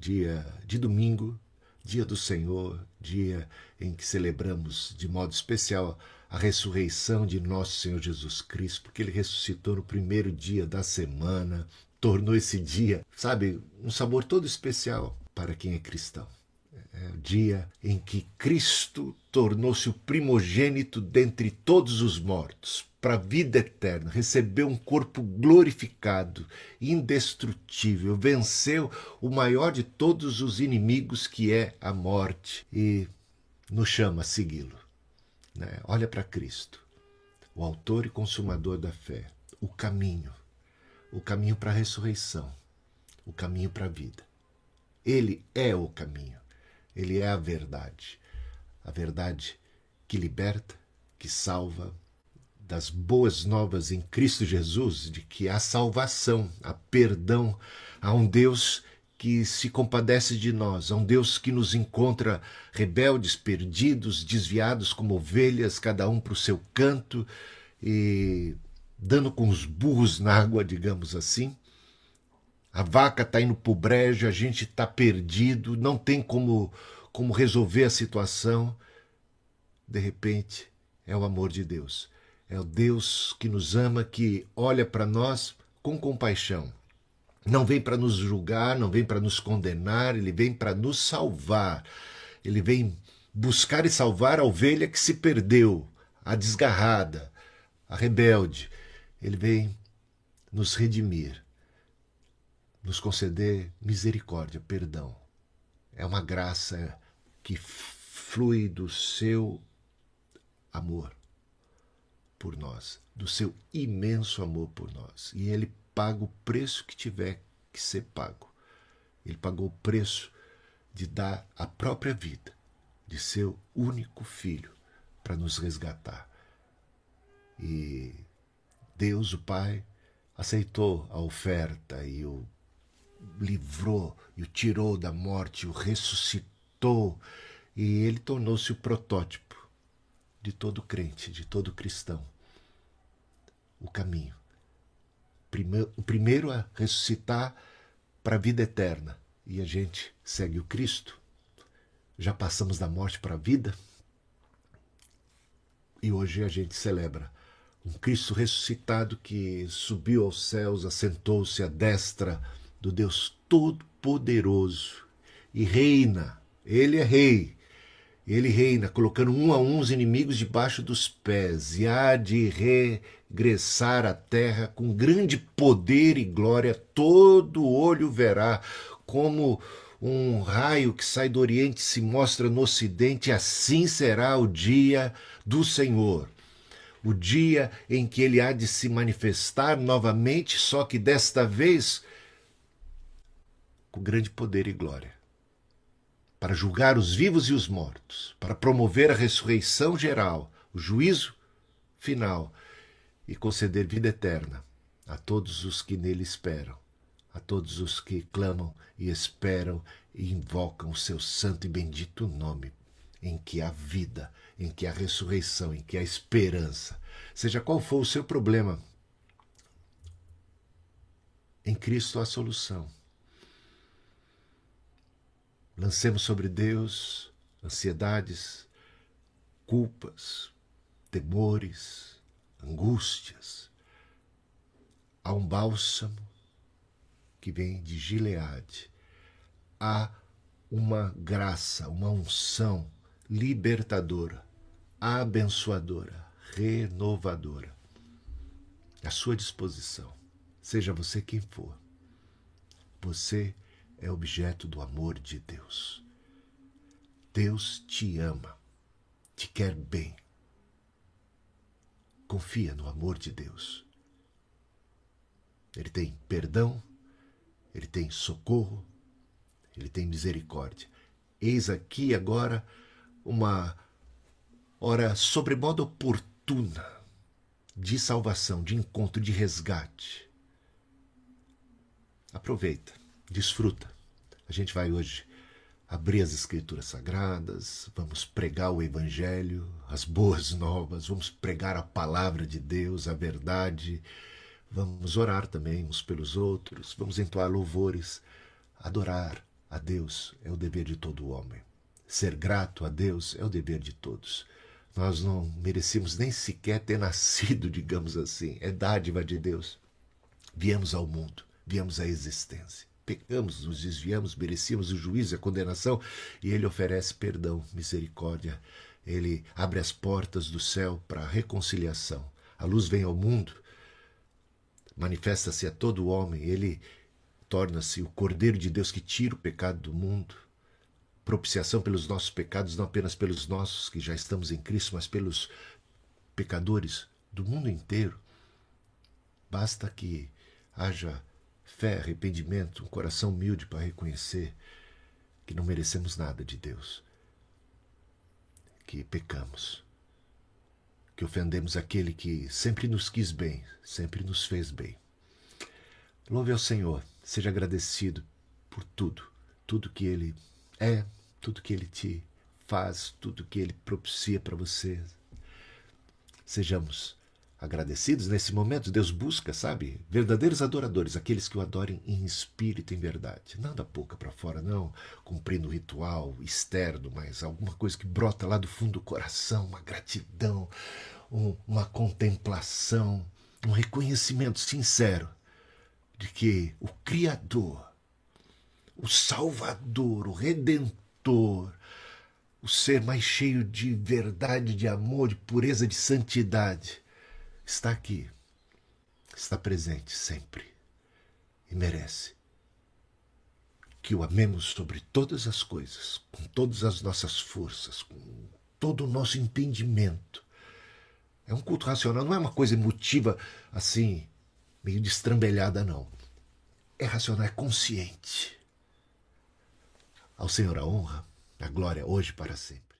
dia de domingo, dia do Senhor, dia em que celebramos de modo especial a ressurreição de nosso Senhor Jesus Cristo, porque Ele ressuscitou no primeiro dia da semana, tornou esse dia, sabe, um sabor todo especial para quem é cristão. É o dia em que Cristo tornou-se o primogênito dentre todos os mortos, para a vida eterna, recebeu um corpo glorificado, indestrutível, venceu o maior de todos os inimigos, que é a morte, e nos chama a segui-lo. Olha para Cristo, o autor e consumador da fé, o caminho para a ressurreição, o caminho para a vida. Ele é o caminho, ele é a verdade que liberta, que salva, das boas novas em Cristo Jesus, de que há salvação, há perdão, há um Deus que se compadece de nós, há um Deus que nos encontra rebeldes, perdidos, desviados como ovelhas, cada um para o seu canto, e dando com os burros na água, digamos assim. A vaca está indo para o brejo, a gente está perdido, não tem como resolver a situação. De repente, é o amor de Deus. É o Deus que nos ama, que olha para nós com compaixão. Não vem para nos julgar, não vem para nos condenar, ele vem para nos salvar. Ele vem buscar e salvar a ovelha que se perdeu, a desgarrada, a rebelde. Ele vem nos redimir, nos conceder misericórdia, perdão. É uma graça que flui do seu amor por nós, do seu imenso amor por nós. E ele paga o preço que tiver que ser pago. Ele pagou o preço de dar a própria vida, de seu único filho, para nos resgatar. E Deus, o Pai, aceitou a oferta e o livrou, e o tirou da morte, o ressuscitou, e ele tornou-se o protótipo de todo crente, de todo cristão. O caminho. O primeiro a ressuscitar para a vida eterna. E a gente segue o Cristo. Já passamos da morte para a vida. E hoje a gente celebra um Cristo ressuscitado que subiu aos céus, assentou-se à destra do Deus Todo-Poderoso e reina. Ele é rei. Ele reina, colocando um a um os inimigos debaixo dos pés, e há de regressar à terra com grande poder e glória. Todo olho verá, como um raio que sai do Oriente e se mostra no Ocidente. Assim será o dia do Senhor, o dia em que ele há de se manifestar novamente, só que desta vez com grande poder e glória, para julgar os vivos e os mortos, para promover a ressurreição geral, o juízo final, e conceder vida eterna a todos os que nele esperam, a todos os que clamam e esperam e invocam o seu santo e bendito nome, em que há vida, em que há ressurreição, em que há esperança. Seja qual for o seu problema, em Cristo há solução. Lancemos sobre Deus ansiedades, culpas, temores, angústias. Há um bálsamo que vem de Gileade. Há uma graça, uma unção libertadora, abençoadora, renovadora à sua disposição. Seja você quem for. Você é objeto do amor de Deus. Deus te ama, te quer bem. Confia no amor de Deus. Ele tem perdão, ele tem socorro, ele tem misericórdia. Eis aqui agora uma hora sobremodo oportuna de salvação, de encontro, de resgate. Aproveita, desfruta. A gente vai hoje abrir as Escrituras Sagradas, vamos pregar o Evangelho, as boas novas, vamos pregar a palavra de Deus, a verdade, vamos orar também uns pelos outros, vamos entoar louvores, adorar a Deus é o dever de todo homem. Ser grato a Deus é o dever de todos. Nós não merecemos nem sequer ter nascido, digamos assim. É dádiva de Deus. Viemos ao mundo, viemos à existência. Pecamos, nos desviamos, merecíamos o juízo e a condenação, e Ele oferece perdão, misericórdia. Ele abre as portas do céu para a reconciliação. A luz vem ao mundo, manifesta-se a todo homem. Ele torna-se o Cordeiro de Deus que tira o pecado do mundo. Propiciação pelos nossos pecados, não apenas pelos nossos que já estamos em Cristo, mas pelos pecadores do mundo inteiro. Basta que haja fé, arrependimento, um coração humilde para reconhecer que não merecemos nada de Deus, que pecamos, que ofendemos aquele que sempre nos quis bem, sempre nos fez bem. Louve ao Senhor, seja agradecido por tudo, tudo que Ele é, tudo que Ele te faz, tudo que Ele propicia para você. Sejamos agradecidos nesse momento. Deus busca, sabe, verdadeiros adoradores, aqueles que o adorem em espírito e em verdade. Não da boca para fora, não, cumprindo o ritual externo, mas alguma coisa que brota lá do fundo do coração, uma gratidão, uma contemplação, um reconhecimento sincero de que o Criador, o Salvador, o Redentor, o ser mais cheio de verdade, de amor, de pureza, de santidade, está aqui, está presente sempre e merece que o amemos sobre todas as coisas, com todas as nossas forças, com todo o nosso entendimento. É um culto racional, não é uma coisa emotiva assim, meio destrambelhada, não. É racional, é consciente. Ao Senhor a honra, a glória hoje e para sempre.